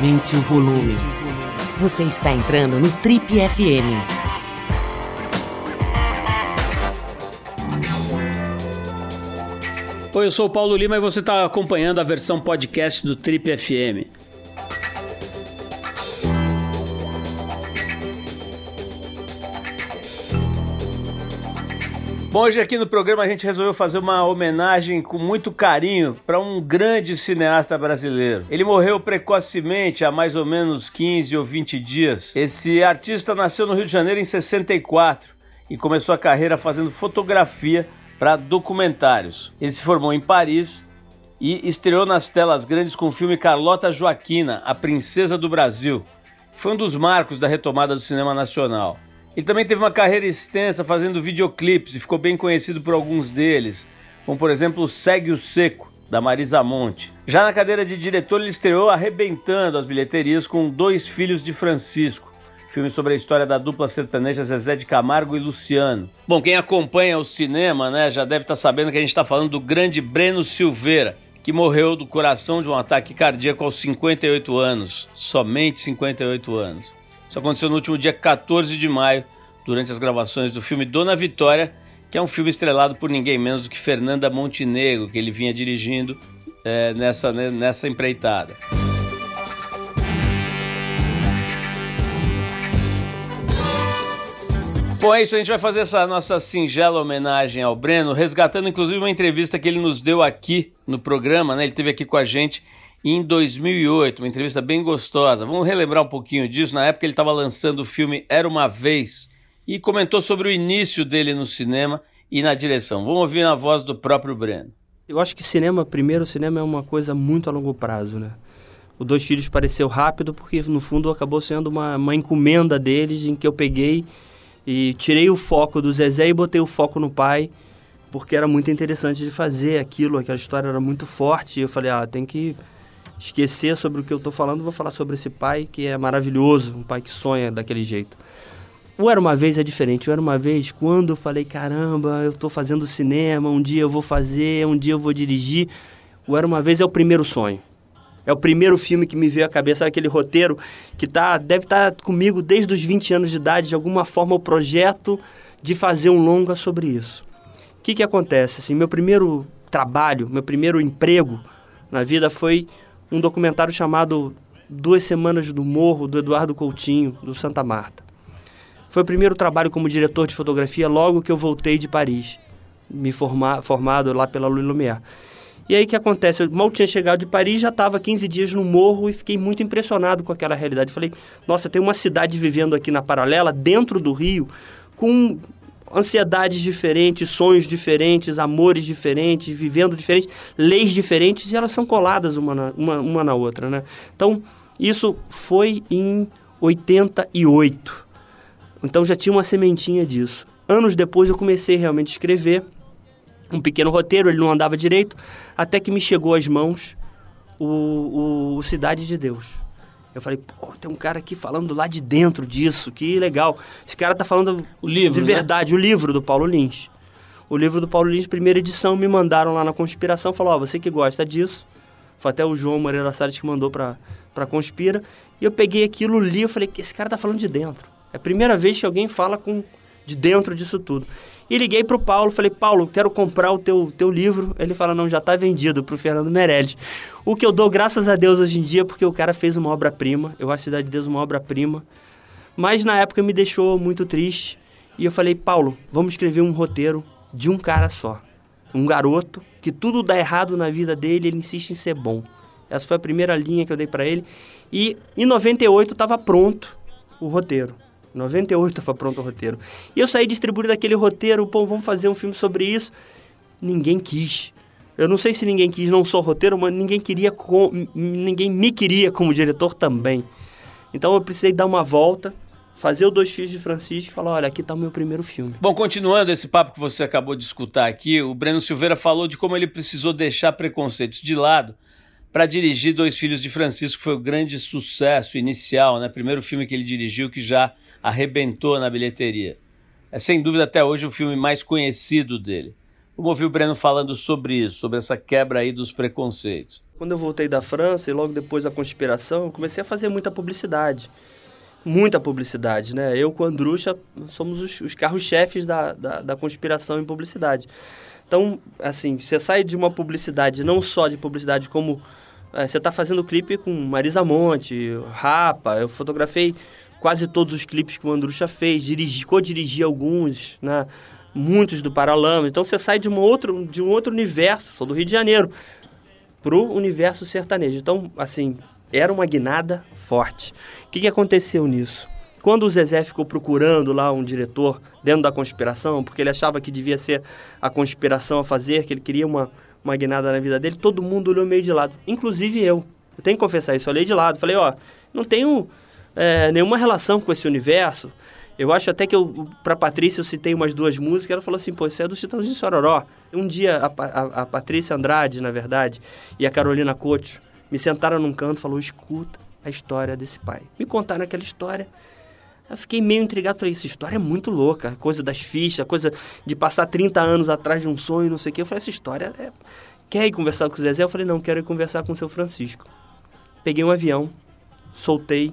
Aumente o volume. Você está entrando no Trip FM. Oi, eu sou o Paulo Lima e você está acompanhando a versão podcast do Trip FM. Bom, hoje aqui no programa a gente resolveu fazer uma homenagem com muito carinho para um grande cineasta brasileiro. Ele morreu precocemente há mais ou menos 15 ou 20 dias. Esse artista nasceu no Rio de Janeiro em 64 e começou a carreira fazendo fotografia para documentários. Ele se formou em Paris e estreou nas telas grandes com o filme Carlota Joaquina, A Princesa do Brasil. Foi um dos marcos da retomada do cinema nacional. Ele também teve uma carreira extensa fazendo videoclipes e ficou bem conhecido por alguns deles, como por exemplo Segue o Seco, da Marisa Monte. Já na cadeira de diretor ele estreou arrebentando as bilheterias com Dois Filhos de Francisco, filme sobre a história da dupla sertaneja Zezé de Camargo e Luciano. Bom, quem acompanha o cinema, já deve estar sabendo que a gente está falando do grande Breno Silveira, que morreu do coração de um ataque cardíaco aos 58 anos, somente 58 anos. Isso aconteceu no último dia 14 de maio, durante as gravações do filme Dona Vitória, que é um filme estrelado por ninguém menos do que Fernanda Montenegro, que ele vinha dirigindo nessa empreitada. Bom, é isso, a gente vai fazer essa nossa singela homenagem ao Breno, resgatando inclusive uma entrevista que ele nos deu aqui no programa, Ele esteve aqui com a gente em 2008, uma entrevista bem gostosa. Vamos relembrar um pouquinho disso. Na época ele estava lançando o filme Era Uma Vez e comentou sobre o início dele no cinema e na direção. Vamos ouvir na voz do próprio Breno. Eu acho que o cinema é uma coisa muito a longo prazo, O Dois Filhos pareceu rápido porque, no fundo, acabou sendo uma encomenda deles em que eu peguei e tirei o foco do Zezé e botei o foco no pai, porque era muito interessante de fazer aquilo, aquela história era muito forte. E eu falei, tem que esquecer sobre o que eu estou falando, vou falar sobre esse pai que é maravilhoso, um pai que sonha daquele jeito. O Era Uma Vez é diferente. O Era Uma Vez, quando eu falei, caramba, eu estou fazendo cinema, um dia eu vou fazer, um dia eu vou dirigir. O Era Uma Vez é o primeiro sonho. É o primeiro filme que me veio à cabeça, sabe, aquele roteiro que deve estar comigo desde os 20 anos de idade, de alguma forma o projeto de fazer um longa sobre isso. O que acontece? Assim, meu primeiro trabalho, meu primeiro emprego na vida foi um documentário chamado 2 Semanas do Morro, do Eduardo Coutinho, do Santa Marta. Foi o primeiro trabalho como diretor de fotografia logo que eu voltei de Paris, formado lá pela Louis Lumière. E aí o que acontece? Eu mal tinha chegado de Paris, já estava 15 dias no morro e fiquei muito impressionado com aquela realidade. Falei, nossa, tem uma cidade vivendo aqui na paralela, dentro do Rio, com ansiedades diferentes, sonhos diferentes, amores diferentes, vivendo diferentes, leis diferentes, e elas são coladas uma na outra, Então, isso foi em 88. Então, já tinha uma sementinha disso. Anos depois, eu comecei realmente a escrever um pequeno roteiro, ele não andava direito, até que me chegou às mãos o Cidade de Deus. Eu falei, tem um cara aqui falando lá de dentro disso, que legal. Esse cara tá falando o livro, de verdade, o livro do Paulo Lins. O livro do Paulo Lins, primeira edição, me mandaram lá na Conspiração, falou, você que gosta disso. Foi até o João Moreira Salles que mandou pra Conspira. E eu peguei aquilo, li, eu falei, esse cara tá falando de dentro. É a primeira vez que alguém fala de dentro disso tudo. E liguei pro Paulo, falei, Paulo, quero comprar o teu livro. Ele fala, não, já tá vendido, pro Fernando Meirelles. O que eu dou graças a Deus hoje em dia, porque o cara fez uma obra-prima. Eu acho Cidade de Deus uma obra-prima. Mas na época me deixou muito triste. E eu falei, Paulo, vamos escrever um roteiro de um cara só. Um garoto que tudo dá errado na vida dele, ele insiste em ser bom. Essa foi a primeira linha que eu dei para ele. E em 98 estava pronto o roteiro. Em 98 foi pronto o roteiro. E eu saí distribuindo aquele roteiro, vamos fazer um filme sobre isso. Ninguém quis. Eu não sei se ninguém quis, não só o roteiro, mas ninguém me queria como diretor também. Então eu precisei dar uma volta, fazer o Dois Filhos de Francisco e falar, olha, aqui está o meu primeiro filme. Bom, continuando esse papo que você acabou de escutar aqui, o Breno Silveira falou de como ele precisou deixar preconceitos de lado para dirigir Dois Filhos de Francisco, que foi o grande sucesso inicial, Primeiro filme que ele dirigiu, que já arrebentou na bilheteria. É sem dúvida até hoje o filme mais conhecido dele. Vamos ouvir o Breno falando sobre isso, sobre essa quebra aí dos preconceitos. Quando eu voltei da França e logo depois da Conspiração, eu comecei a fazer muita publicidade. Muita publicidade, né? Eu com a Andrucha somos os carros-chefes da Conspiração em publicidade. Então, assim, você sai de uma publicidade, não só de publicidade, como você está fazendo clipe com Marisa Monte, Rapa. Eu fotografei quase todos os clipes que o Andrucha fez, co-dirigi alguns, né? Muitos do Paralamas. Então, você sai de um outro universo, sou do Rio de Janeiro, para o universo sertanejo. Então, assim, era uma guinada forte. O que aconteceu nisso? Quando o Zezé ficou procurando lá um diretor dentro da Conspiração, porque ele achava que devia ser a Conspiração a fazer, que ele queria uma guinada na vida dele, todo mundo olhou meio de lado, inclusive eu. Eu tenho que confessar isso, eu olhei de lado. Falei, não tenho nenhuma relação com esse universo. Eu acho até que pra Patrícia eu citei umas 2 músicas, ela falou assim, pô, isso é do Chitãozinho de Sororó. Um dia a Patrícia Andrade, na verdade, e a Carolina Couto me sentaram num canto e falaram, escuta a história desse pai. Me contaram aquela história. Eu fiquei meio intrigado, falei, essa história é muito louca, coisa das fichas, coisa de passar 30 anos atrás de um sonho, não sei o quê. Eu falei, essa história Quer ir conversar com o Zezé? Eu falei, não, quero ir conversar com o seu Francisco. Peguei um avião, soltei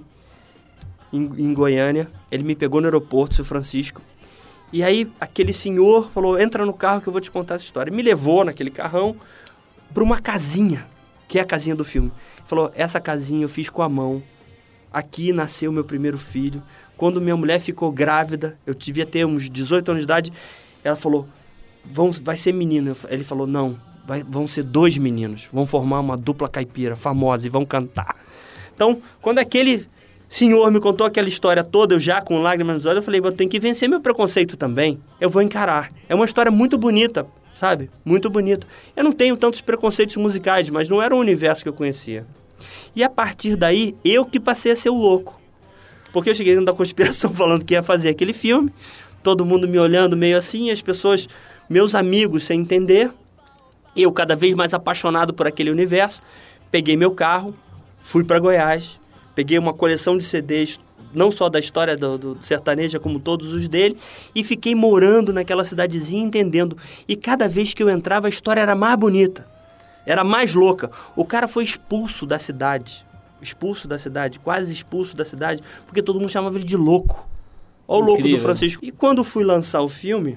em Goiânia, ele me pegou no aeroporto, seu Francisco, e aí aquele senhor falou, entra no carro que eu vou te contar essa história. Me levou naquele carrão para uma casinha, que é a casinha do filme. Ele falou, essa casinha eu fiz com a mão. Aqui nasceu meu primeiro filho. Quando minha mulher ficou grávida, eu devia ter uns 18 anos de idade, ela falou, vai ser menino. Ele falou, não, vão ser 2 meninos. Vão formar uma dupla caipira famosa e vão cantar. Então, quando aquele senhor me contou aquela história toda, eu já com lágrimas nos olhos, eu falei, eu tenho que vencer meu preconceito também. Eu vou encarar. É uma história muito bonita, sabe? Muito bonita. Eu não tenho tantos preconceitos musicais, mas não era um universo que eu conhecia. E a partir daí, eu que passei a ser o louco. Porque eu cheguei dentro da Conspiração falando que ia fazer aquele filme, todo mundo me olhando meio assim, as pessoas, meus amigos sem entender, eu cada vez mais apaixonado por aquele universo, peguei meu carro, fui para Goiás, peguei uma coleção de CDs, não só da história do sertaneja, como todos os dele, e fiquei morando naquela cidadezinha, entendendo. E cada vez que eu entrava, a história era mais bonita. Era mais louca. O cara foi expulso da cidade, quase expulso da cidade, porque todo mundo chamava ele de louco. Olha o louco do Francisco. E quando fui lançar o filme,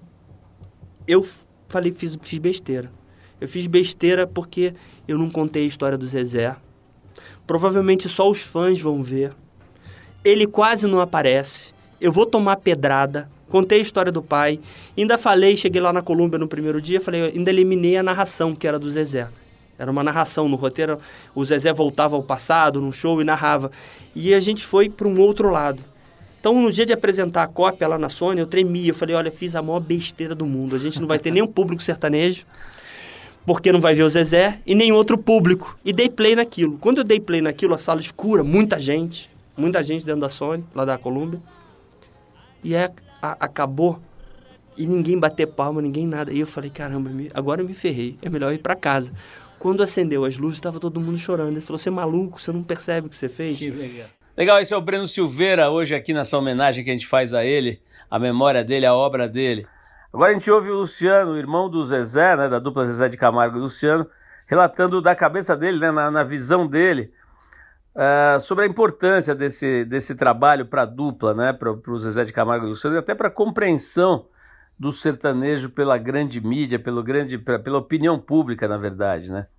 eu falei, fiz besteira. Eu fiz besteira porque eu não contei a história do Zezé. Provavelmente só os fãs vão ver. Ele quase não aparece. Eu vou tomar pedrada. Contei a história do pai, ainda falei, cheguei lá na Colômbia no primeiro dia, falei, ainda eliminei a narração, que era do Zezé. Era uma narração no roteiro, o Zezé voltava ao passado, num show e narrava. E a gente foi para um outro lado. Então, no dia de apresentar a cópia lá na Sony, eu tremia, eu falei, olha, fiz a maior besteira do mundo, a gente não vai ter nenhum público sertanejo, porque não vai ver o Zezé, e nem outro público. E dei play naquilo. Quando eu dei play naquilo, a sala escura, muita gente dentro da Sony, lá da Colômbia. E aí acabou, e ninguém bateu palma, ninguém nada. E eu falei, caramba, agora eu me ferrei, é melhor ir para casa. Quando acendeu as luzes, estava todo mundo chorando. Ele falou, você é maluco, você não percebe o que você fez? Que legal. Legal, esse é o Breno Silveira, hoje aqui nessa homenagem que a gente faz a ele, a memória dele, a obra dele. Agora a gente ouve o Luciano, o irmão do Zezé, né, da dupla Zezé de Camargo e Luciano, relatando da cabeça dele, né, na visão dele, sobre a importância desse trabalho para a dupla, né, para o Zezé de Camargo e Luciano, e até para a compreensão do sertanejo pela grande mídia, pela opinião pública, na verdade, né.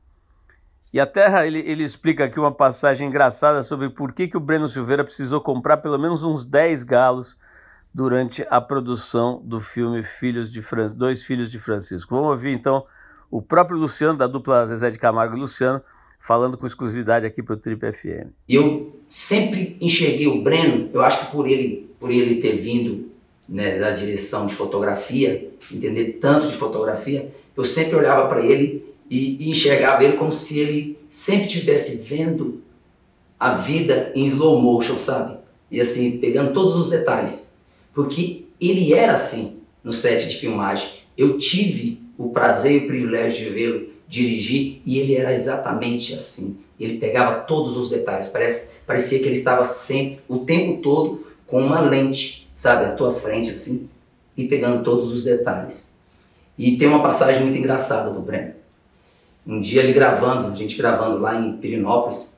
E até ele explica aqui uma passagem engraçada sobre por que o Breno Silveira precisou comprar pelo menos uns 10 galos durante a produção do filme Dois Filhos de Francisco. Vamos ouvir então o próprio Luciano, da dupla Zezé de Camargo e Luciano, falando com exclusividade aqui para o Trip FM. Eu sempre enxerguei o Breno, eu acho que por ele ter vindo, né, da direção de fotografia, entender tanto de fotografia, eu sempre olhava para ele e enxergava ele como se ele sempre estivesse vendo a vida em slow motion, sabe? E assim, pegando todos os detalhes. Porque ele era assim no set de filmagem. Eu tive o prazer e o privilégio de vê-lo dirigir e ele era exatamente assim. Ele pegava todos os detalhes. Parecia que ele estava sempre, o tempo todo, com uma lente, sabe? À tua frente assim, e pegando todos os detalhes. E tem uma passagem muito engraçada do Breno. Um dia ele gravando, a gente gravando lá em Pirenópolis,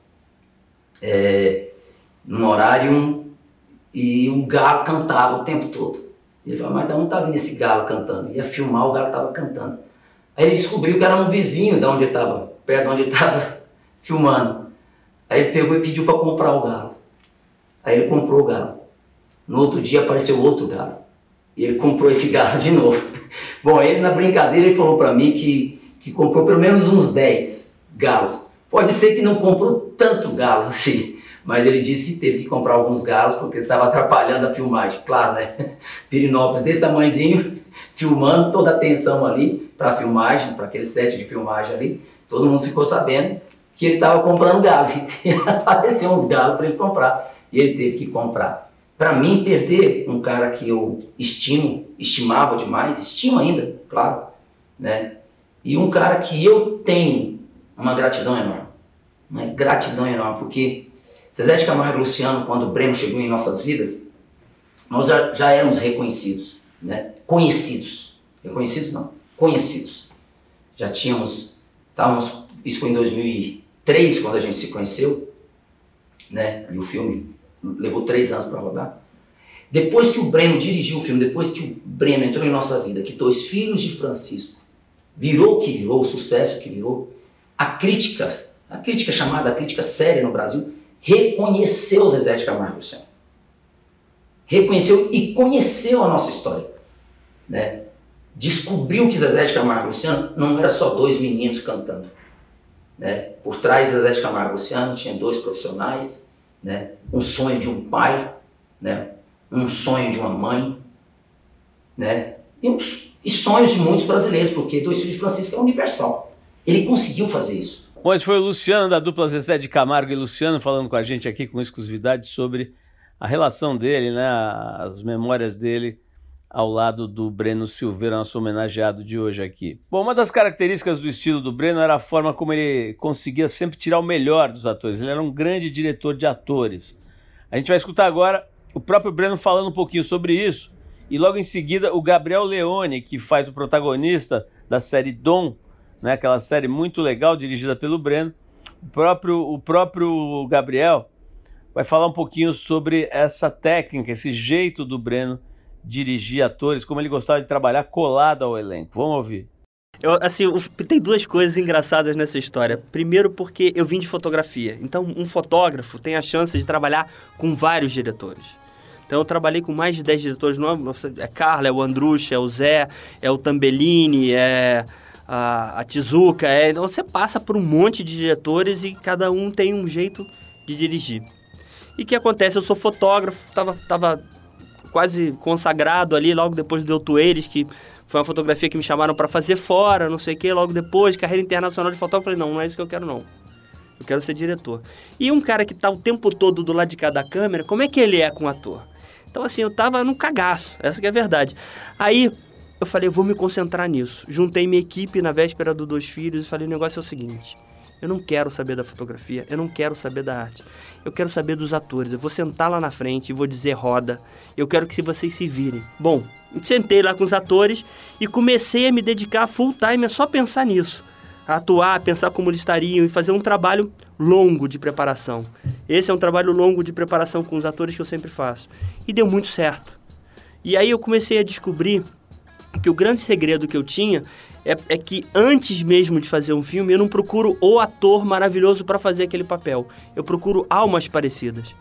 num horário, e o galo cantava o tempo todo. Ele falou, mas de onde tá vindo esse galo cantando? Ia filmar, o galo estava cantando. Aí ele descobriu que era um vizinho de onde ele estava, perto de onde ele estava filmando. Aí ele pegou e pediu para comprar o galo. Aí ele comprou o galo. No outro dia apareceu outro galo. E ele comprou esse galo de novo. Bom, ele na brincadeira ele falou para mim que comprou pelo menos uns 10 galos. Pode ser que não comprou tanto galo assim, mas ele disse que teve que comprar alguns galos porque ele estava atrapalhando a filmagem. Claro, né? Pirenópolis desse tamanhozinho, filmando toda a atenção ali para a filmagem, para aquele set de filmagem ali. Todo mundo ficou sabendo que ele estava comprando galo. Apareceu uns galos para ele comprar e ele teve que comprar. Para mim, perder um cara que eu estimava demais, estimo ainda, claro, né? E um cara que eu tenho uma gratidão enorme, porque Zezé de Camargo e Luciano, quando o Breno chegou em nossas vidas, nós já éramos reconhecidos, né? Conhecidos. Já estávamos, isso foi em 2003, quando a gente se conheceu, né? E o filme levou 3 anos para rodar. Depois que o Breno dirigiu o filme, depois que o Breno entrou em nossa vida, que Dois Filhos de Francisco virou o que virou, o sucesso que virou, a crítica séria no Brasil, reconheceu Zezé de Camargo e Luciano. Reconheceu e conheceu a nossa história, né? Descobriu que Zezé de Camargo e Luciano não era só 2 meninos cantando, né? Por trás de Zezé de Camargo e Luciano tinha 2 profissionais, né? Um sonho de um pai, né? Um sonho de uma mãe, né? E sonhos de muitos brasileiros, porque Dois Filhos de Francisco é universal. Ele conseguiu fazer isso. Bom, esse foi o Luciano, da dupla Zezé de Camargo e Luciano, falando com a gente aqui com exclusividade sobre a relação dele, né? As memórias dele ao lado do Breno Silveira, nosso homenageado de hoje aqui. Bom, uma das características do estilo do Breno era a forma como ele conseguia sempre tirar o melhor dos atores. Ele era um grande diretor de atores. A gente vai escutar agora o próprio Breno falando um pouquinho sobre isso, e logo em seguida o Gabriel Leone, que faz o protagonista da série Dom, né, aquela série muito legal dirigida pelo Breno. O próprio Gabriel vai falar um pouquinho sobre essa técnica, esse jeito do Breno dirigir atores, como ele gostava de trabalhar colado ao elenco. Vamos ouvir. Tem 2 coisas engraçadas nessa história. Primeiro, porque eu vim de fotografia. Então, um fotógrafo tem a chance de trabalhar com vários diretores. Então, eu trabalhei com mais de 10 diretores. É Carla, é o Andrucha, é o Zé, é o Tambellini, é a Tizuka. Então, você passa por um monte de diretores e cada um tem um jeito de dirigir. E o que acontece? Eu sou fotógrafo, estava quase consagrado ali, logo depois do Eutueiros, que foi uma fotografia que me chamaram para fazer fora, não sei o quê, logo depois, carreira internacional de fotógrafo, eu falei, não é isso que eu quero não. Eu quero ser diretor. E um cara que tá o tempo todo do lado de cada câmera, como é que ele é com o ator? Então assim, eu tava num cagaço, essa que é a verdade. Aí eu falei, eu vou me concentrar nisso. Juntei minha equipe na véspera do Dois Filhos e falei, o negócio é o seguinte, eu não quero saber da fotografia, eu não quero saber da arte. Eu quero saber dos atores. Eu vou sentar lá na frente e vou dizer roda. Eu quero que vocês se virem. Bom, sentei lá com os atores e comecei a me dedicar full time a só pensar nisso. A atuar, pensar como eles estariam e fazer um trabalho longo de preparação. Esse é um trabalho longo de preparação com os atores que eu sempre faço. E deu muito certo. E aí eu comecei a descobrir que o grande segredo que eu tinha é que antes mesmo de fazer um filme, eu não procuro o ator maravilhoso para fazer aquele papel. Eu procuro almas parecidas,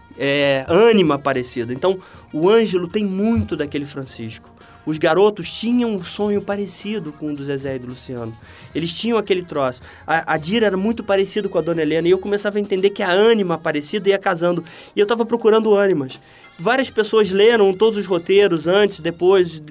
ânima parecida. Então, o Ângelo tem muito daquele Francisco. Os garotos tinham um sonho parecido com o do Zezé e do Luciano. Eles tinham aquele troço. A Dira era muito parecido com a Dona Helena e eu começava a entender que a ânima parecida ia casando. E eu estava procurando ânimas. Várias pessoas leram todos os roteiros antes, depois...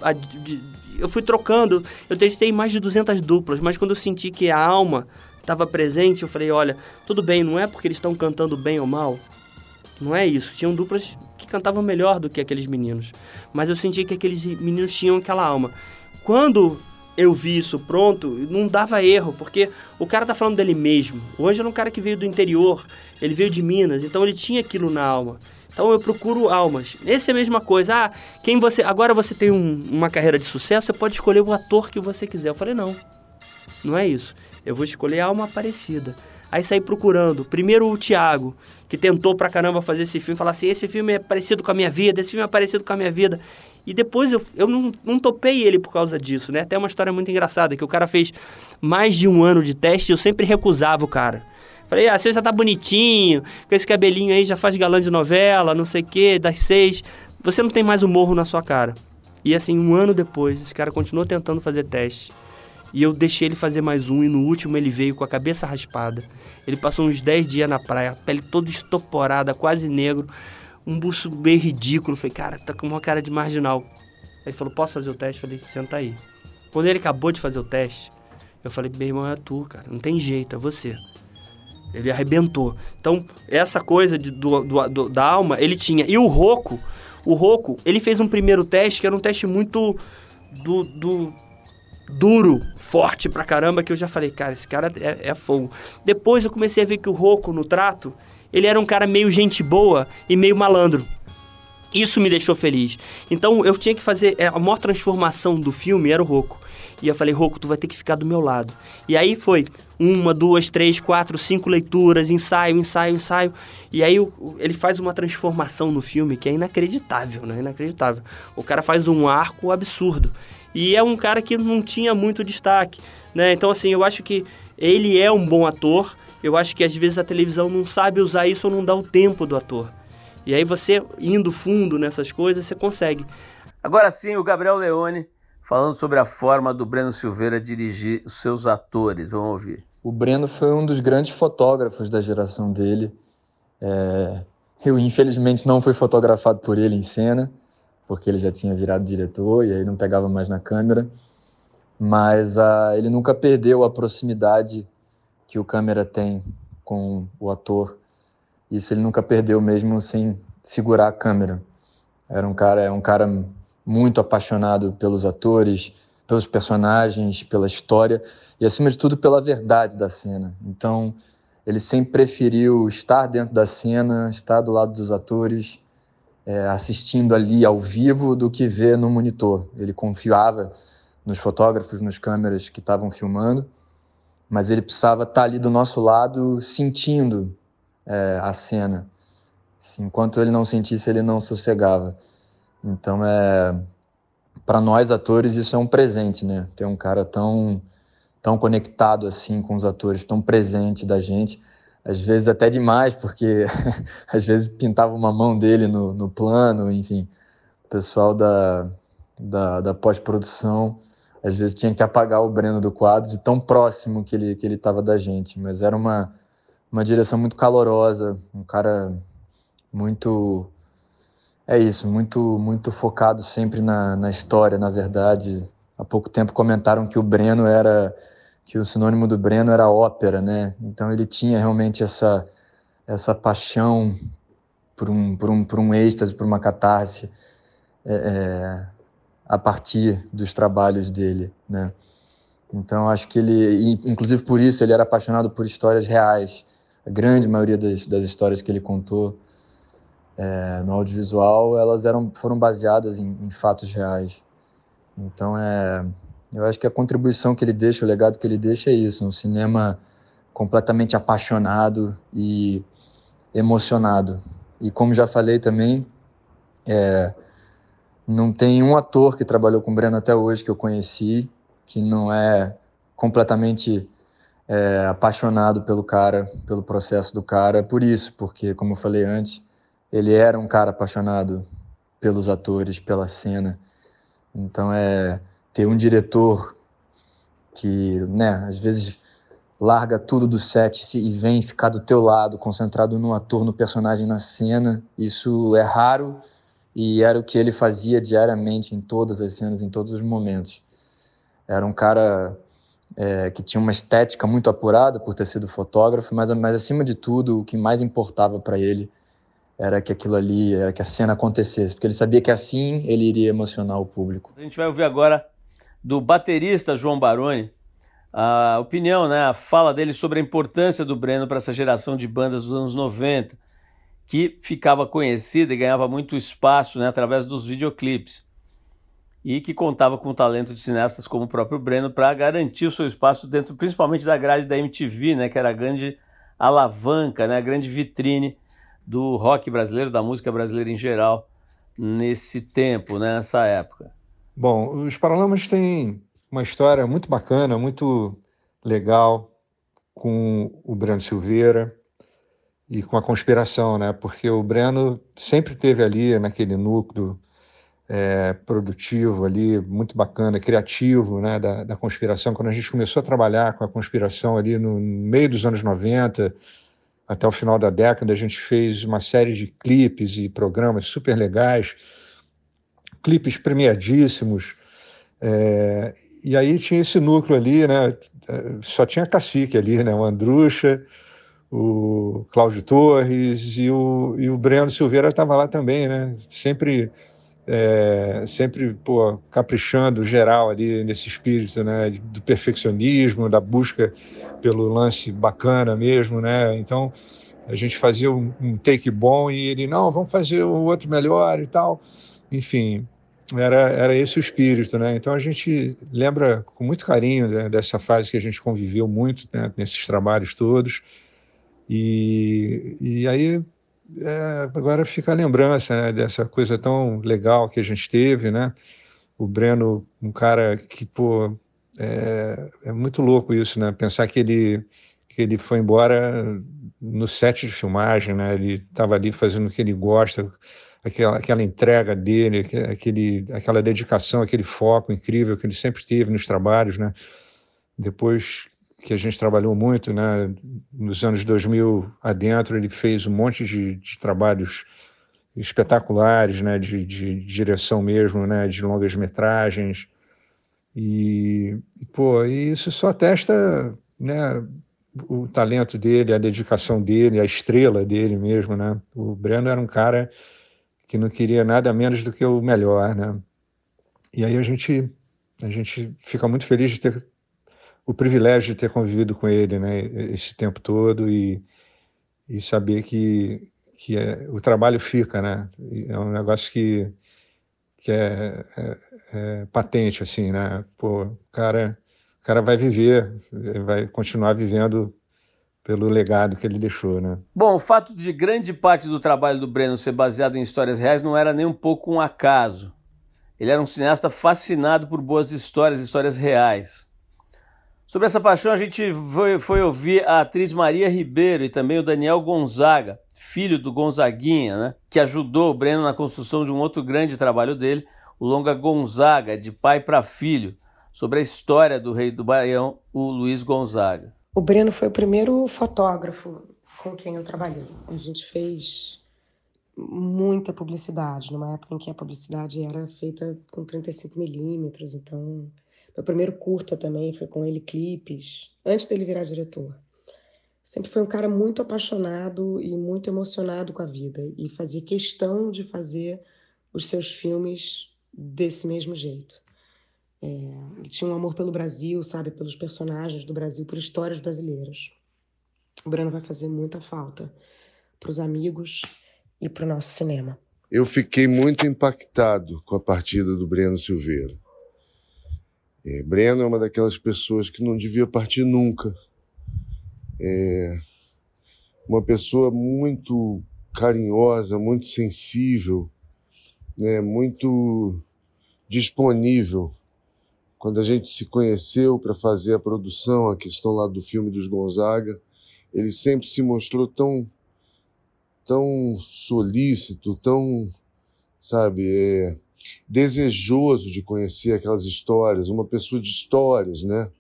Eu fui trocando, eu testei mais de 200 duplas, mas quando eu senti que a alma estava presente, eu falei, olha, tudo bem, não é porque eles estão cantando bem ou mal, não é isso. Tinham duplas que cantavam melhor do que aqueles meninos, mas eu senti que aqueles meninos tinham aquela alma. Quando eu vi isso pronto, não dava erro, porque o cara tá falando dele mesmo. O Ângelo é um cara que veio do interior, ele veio de Minas, então ele tinha aquilo na alma. Então eu procuro almas. Essa é a mesma coisa. Agora você tem uma carreira de sucesso, você pode escolher o ator que você quiser. Eu falei, não. Não é isso. Eu vou escolher alma parecida. Aí saí procurando. Primeiro o Thiago, que tentou pra caramba fazer esse filme. Falar assim, esse filme é parecido com a minha vida, esse filme é parecido com a minha vida. E depois eu não topei ele por causa disso, né? Até uma história muito engraçada, que o cara fez mais de 1 ano de teste e eu sempre recusava o cara. Falei, você já tá bonitinho, com esse cabelinho aí já faz galã de novela, não sei o quê, das 6. Você não tem mais o morro na sua cara. E assim, 1 ano depois, esse cara continuou tentando fazer teste. E eu deixei ele fazer mais um, e no último ele veio com a cabeça raspada. Ele passou uns 10 dias na praia, pele toda estoporada, quase negro, um buço meio ridículo. Falei, cara, tá com uma cara de marginal. Ele falou, posso fazer o teste? Falei, senta aí. Quando ele acabou de fazer o teste, eu falei, meu irmão, é tu, cara, não tem jeito, é você. Ele arrebentou. Então, essa coisa da alma, ele tinha. E o Rocco, ele fez um primeiro teste, que era um teste muito duro, forte pra caramba, que eu já falei, cara, esse cara é fogo. Depois eu comecei a ver que o Rocco, no trato, ele era um cara meio gente boa e meio malandro. Isso me deixou feliz. Então, eu tinha que fazer... A maior transformação do filme era o Rocco. E eu falei, Rocco, tu vai ter que ficar do meu lado. E aí foi 1, 2, 3, 4, 5 leituras, ensaio. E aí ele faz uma transformação no filme que é inacreditável, né? Inacreditável. O cara faz um arco absurdo. E é um cara que não tinha muito destaque, né? Então, assim, eu acho que ele é um bom ator. Eu acho que às vezes a televisão não sabe usar isso ou não dá o tempo do ator. E aí você, indo fundo nessas coisas, você consegue. Agora sim, o Gabriel Leone falando sobre a forma do Breno Silveira dirigir os seus atores. Vamos ouvir. O Breno foi um dos grandes fotógrafos da geração dele. Eu, infelizmente, não fui fotografado por ele em cena, porque ele já tinha virado diretor e aí não pegava mais na câmera. Mas ele nunca perdeu a proximidade que o câmera tem com o ator. Isso ele nunca perdeu mesmo sem segurar a câmera. É um cara muito apaixonado pelos atores, pelos personagens, pela história e, acima de tudo, pela verdade da cena. Então, ele sempre preferiu estar dentro da cena, estar do lado dos atores, assistindo ali ao vivo, do que ver no monitor. Ele confiava nos fotógrafos, nos câmeras que estavam filmando, mas ele precisava estar ali do nosso lado, sentindo a cena. Assim, enquanto ele não sentisse, ele não sossegava. Então, para nós atores, isso é um presente, né? Ter um cara tão conectado assim com os atores, tão presente da gente. Às vezes até demais, porque às vezes pintava uma mão dele no plano, enfim. O pessoal da pós-produção, às vezes tinha que apagar o Breno do quadro de tão próximo que ele estava da gente. Mas era uma direção muito calorosa, um cara muito... muito focado sempre na história, na verdade. Há pouco tempo comentaram que o sinônimo do Breno era ópera, né? Então ele tinha realmente essa paixão por um êxtase, por uma catarse, a partir dos trabalhos dele, né? Então acho que ele, inclusive por isso, ele era apaixonado por histórias reais. A grande maioria das histórias que ele contou no audiovisual, elas foram baseadas em fatos reais. Então, eu acho que a contribuição que ele deixa, o legado que ele deixa é isso, um cinema completamente apaixonado e emocionado. E como já falei também, não tem um ator que trabalhou com o Breno até hoje que eu conheci que não é completamente apaixonado pelo cara, pelo processo do cara, por isso, porque, como eu falei antes, ele era um cara apaixonado pelos atores, pela cena. Então, ter um diretor que, né, às vezes larga tudo do set e vem ficar do teu lado, concentrado no ator, no personagem, na cena, isso é raro e era o que ele fazia diariamente em todas as cenas, em todos os momentos. Era um cara que tinha uma estética muito apurada por ter sido fotógrafo, mas acima de tudo, o que mais importava para ele era que aquilo ali, era que a cena acontecesse, porque ele sabia que assim ele iria emocionar o público. A gente vai ouvir agora do baterista João Baroni a opinião, né, a fala dele sobre a importância do Breno para essa geração de bandas dos anos 90, que ficava conhecida e ganhava muito espaço, né, através dos videoclipes. e que contava com o talento de cineastas como o próprio Breno para garantir o seu espaço dentro, principalmente da grade da MTV, né, que era a grande alavanca, né, a grande vitrine do rock brasileiro, da música brasileira em geral, nesse tempo, né, nessa época. Bom, os Paralamas têm uma história muito bacana, muito legal com o Breno Silveira e com a conspiração, né? Porque o Breno sempre teve ali naquele núcleo produtivo ali, muito bacana, criativo, né, da conspiração. Quando a gente começou a trabalhar com a conspiração ali no meio dos anos 90, até o final da década, a gente fez uma série de clipes e programas super legais, clipes premiadíssimos, e aí tinha esse núcleo ali, né, só tinha cacique ali, né, o Andrucha, o Cláudio Torres e o Breno Silveira estava lá também, né, sempre pô, caprichando geral ali nesse espírito, né, do perfeccionismo, da busca pelo lance bacana mesmo, né? Então a gente fazia um take bom e ele, não, vamos fazer o outro melhor e tal. Enfim, era esse o espírito, né? Então a gente lembra com muito carinho, né, dessa fase que a gente conviveu muito, né, nesses trabalhos todos. E aí agora fica a lembrança, né, dessa coisa tão legal que a gente teve, né? O Breno, um cara que, pô, é muito louco isso, né? Pensar que ele foi embora no set de filmagem, né? Ele estava ali fazendo o que ele gosta, aquela entrega dele, aquela dedicação, aquele foco incrível que ele sempre teve nos trabalhos, né? Depois que a gente trabalhou muito, né, nos anos 2000 adentro, ele fez um monte de trabalhos espetaculares, né, de direção mesmo, né, de longas metragens, pô, isso só atesta, né, o talento dele, a dedicação dele, a estrela dele mesmo, né. O Breno era um cara que não queria nada menos do que o melhor, né. E aí a gente fica muito feliz de ter o privilégio de ter convivido com ele, né, esse tempo todo e saber que o trabalho fica, né? É um negócio que é patente, assim, né? Pô, o cara vai viver, vai continuar vivendo pelo legado que ele deixou, né? Bom, o fato de grande parte do trabalho do Breno ser baseado em histórias reais não era nem um pouco um acaso. Ele era um cineasta fascinado por boas histórias reais. Sobre essa paixão, a gente foi ouvir a atriz Maria Ribeiro e também o Daniel Gonzaga, filho do Gonzaguinha, né, que ajudou o Breno na construção de um outro grande trabalho dele, o longa Gonzaga, de pai para filho, sobre a história do rei do Baião, o Luiz Gonzaga. O Breno foi o primeiro fotógrafo com quem eu trabalhei. A gente fez muita publicidade, numa época em que a publicidade era feita com 35mm, então... Meu primeiro curta também foi com ele, clipes, antes dele virar diretor. Sempre foi um cara muito apaixonado e muito emocionado com a vida e fazia questão de fazer os seus filmes desse mesmo jeito. Ele tinha um amor pelo Brasil, sabe, pelos personagens do Brasil, por histórias brasileiras. O Breno vai fazer muita falta para os amigos e para o nosso cinema. Eu fiquei muito impactado com a partida do Breno Silveira. Breno é uma daquelas pessoas que não devia partir nunca. Uma pessoa muito carinhosa, muito sensível, né, muito disponível. Quando a gente se conheceu para fazer a produção, a questão lá do filme dos Gonzaga, ele sempre se mostrou tão solícito, tão, sabe, desejoso de conhecer aquelas histórias, uma pessoa de histórias, né?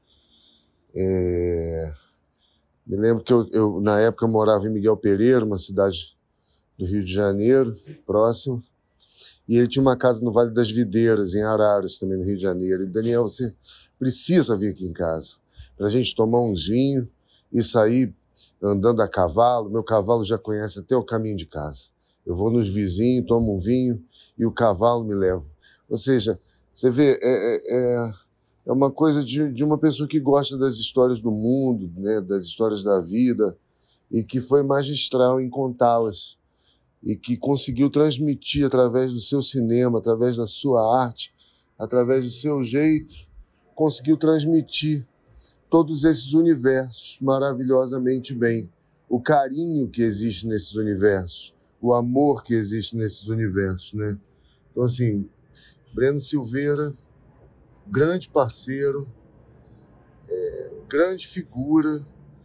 Me lembro que eu na época, morava em Miguel Pereira, uma cidade do Rio de Janeiro, próximo, e ele tinha uma casa no Vale das Videiras, em Araras, também no Rio de Janeiro. E, Daniel, você precisa vir aqui em casa, para a gente tomar uns vinhos e sair andando a cavalo. Meu cavalo já conhece até o caminho de casa. Eu vou nos vizinhos, tomo um vinho e o cavalo me leva. Ou seja, você vê, é uma coisa de uma pessoa que gosta das histórias do mundo, né, das histórias da vida, e que foi magistral em contá-las, e que conseguiu transmitir através do seu cinema, através da sua arte, através do seu jeito, conseguiu transmitir todos esses universos maravilhosamente bem. O carinho que existe nesses universos, o amor que existe nesses universos, né? Então, assim, Breno Silveira, grande parceiro, grande figura,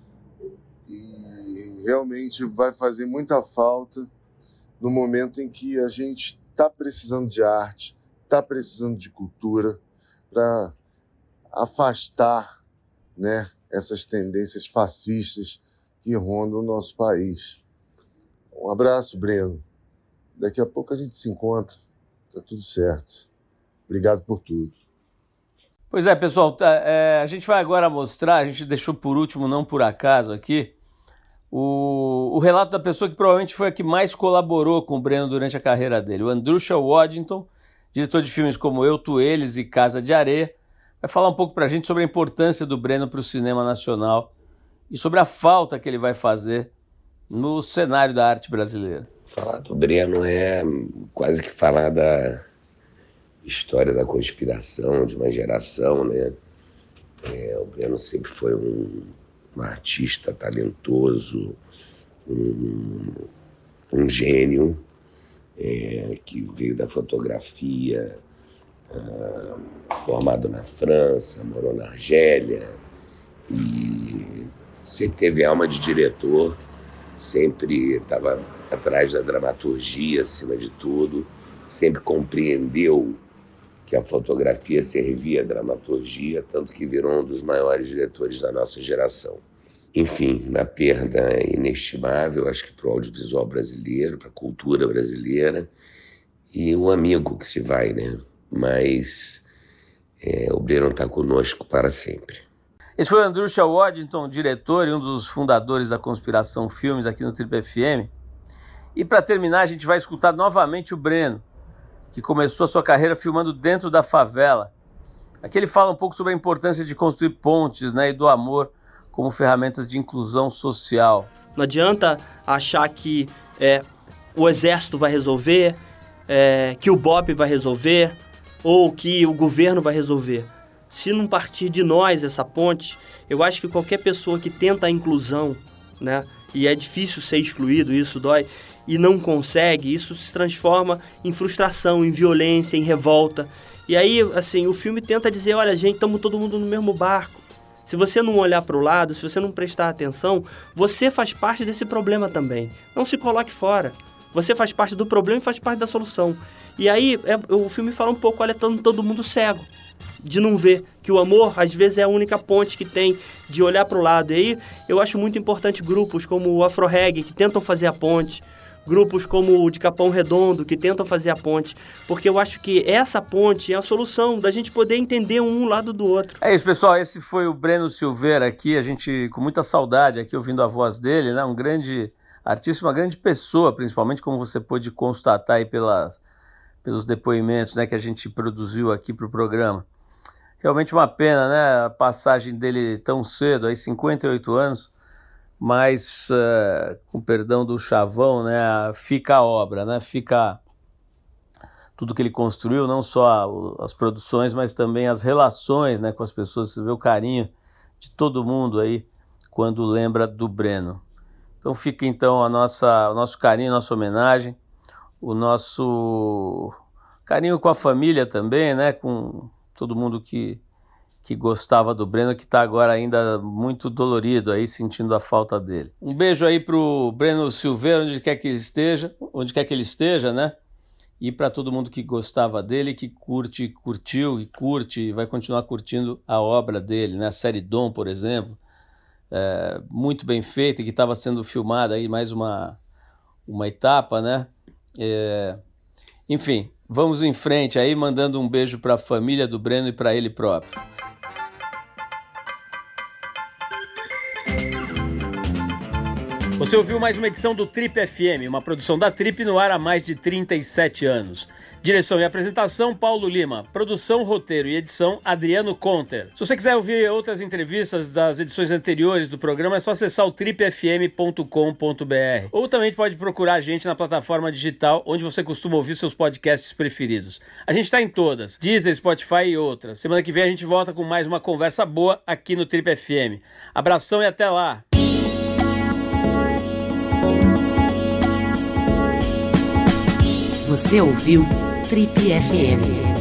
e realmente vai fazer muita falta no momento em que a gente está precisando de arte, está precisando de cultura para afastar, né, essas tendências fascistas que rondam o nosso país. Um abraço, Breno. Daqui a pouco a gente se encontra. Tá tudo certo. Obrigado por tudo. Pois é, pessoal, a gente vai agora mostrar, a gente deixou por último, não por acaso aqui, o relato da pessoa que provavelmente foi a que mais colaborou com o Breno durante a carreira dele, o Andrusha Waddington, diretor de filmes como Eu, Tu, Eles e Casa de Areia, vai falar um pouco pra gente sobre a importância do Breno para o cinema nacional e sobre a falta que ele vai fazer no cenário da arte brasileira. Falar do Breno é quase que falar da história da conspiração de uma geração, né? O Breno sempre foi um artista talentoso, um gênio, que veio da fotografia, formado na França, morou na Argélia e sempre teve alma de diretor, sempre estava atrás da dramaturgia acima de tudo, sempre compreendeu que a fotografia servia à dramaturgia, tanto que virou um dos maiores diretores da nossa geração. Enfim, uma perda inestimável, acho que para o audiovisual brasileiro, para a cultura brasileira, e um amigo que se vai, né? Mas o Breno está conosco para sempre. Esse foi o Andrusha Waddington, diretor e um dos fundadores da Conspiração Filmes aqui no Trip FM. E para terminar, a gente vai escutar novamente o Breno, que começou a sua carreira filmando dentro da favela. Aqui ele fala um pouco sobre a importância de construir pontes, né, e do amor como ferramentas de inclusão social. Não adianta achar que o exército vai resolver, que o BOP vai resolver, ou que o governo vai resolver. Se não partir de nós essa ponte, eu acho que qualquer pessoa que tenta a inclusão, né, e é difícil ser excluído, isso dói, e não consegue, isso se transforma em frustração, em violência, em revolta. E aí, assim, o filme tenta dizer, olha, gente, estamos todo mundo no mesmo barco. Se você não olhar para o lado, se você não prestar atenção, você faz parte desse problema também. Não se coloque fora. Você faz parte do problema e faz parte da solução. E aí, o filme fala um pouco, olha, todo mundo cego, de não ver que o amor, às vezes, é a única ponte que tem de olhar para o lado. E aí, eu acho muito importante grupos como o Afro Reggae, que tentam fazer a ponte, grupos como o de Capão Redondo, que tentam fazer a ponte, porque eu acho que essa ponte é a solução da gente poder entender um lado do outro. É isso, pessoal, esse foi o Breno Silveira aqui, a gente com muita saudade aqui ouvindo a voz dele, né? Um grande artista, uma grande pessoa, principalmente como você pôde constatar aí pelos depoimentos, né, que a gente produziu aqui para o programa. Realmente uma pena, né, a passagem dele tão cedo, aí 58 anos, mas, com perdão do chavão, né, fica a obra, né, fica tudo que ele construiu, não só as produções, mas também as relações, né, com as pessoas. Você vê o carinho de todo mundo aí quando lembra do Breno. Então fica então o nosso carinho, a nossa homenagem, o nosso carinho com a família também, né, com todo mundo que gostava do Breno, que está agora ainda muito dolorido aí, sentindo a falta dele. Um beijo aí pro Breno Silveira, onde quer que ele esteja, né? E para todo mundo que gostava dele, que curtiu e curte e vai continuar curtindo a obra dele, né? A série Dom, por exemplo, muito bem feita, e que estava sendo filmada aí mais uma etapa, né? Enfim, vamos em frente aí, mandando um beijo para a família do Breno e para ele próprio. Você ouviu mais uma edição do Trip FM, uma produção da Trip no ar há mais de 37 anos. Direção e apresentação, Paulo Lima. Produção, roteiro e edição, Adriano Conter. Se você quiser ouvir outras entrevistas das edições anteriores do programa, é só acessar o tripfm.com.br. Ou também pode procurar a gente na plataforma digital onde você costuma ouvir seus podcasts preferidos. A gente está em todas, Deezer, Spotify e outras. Semana que vem a gente volta com mais uma conversa boa aqui no Trip FM. Abração e até lá! Você ouviu Trip FM.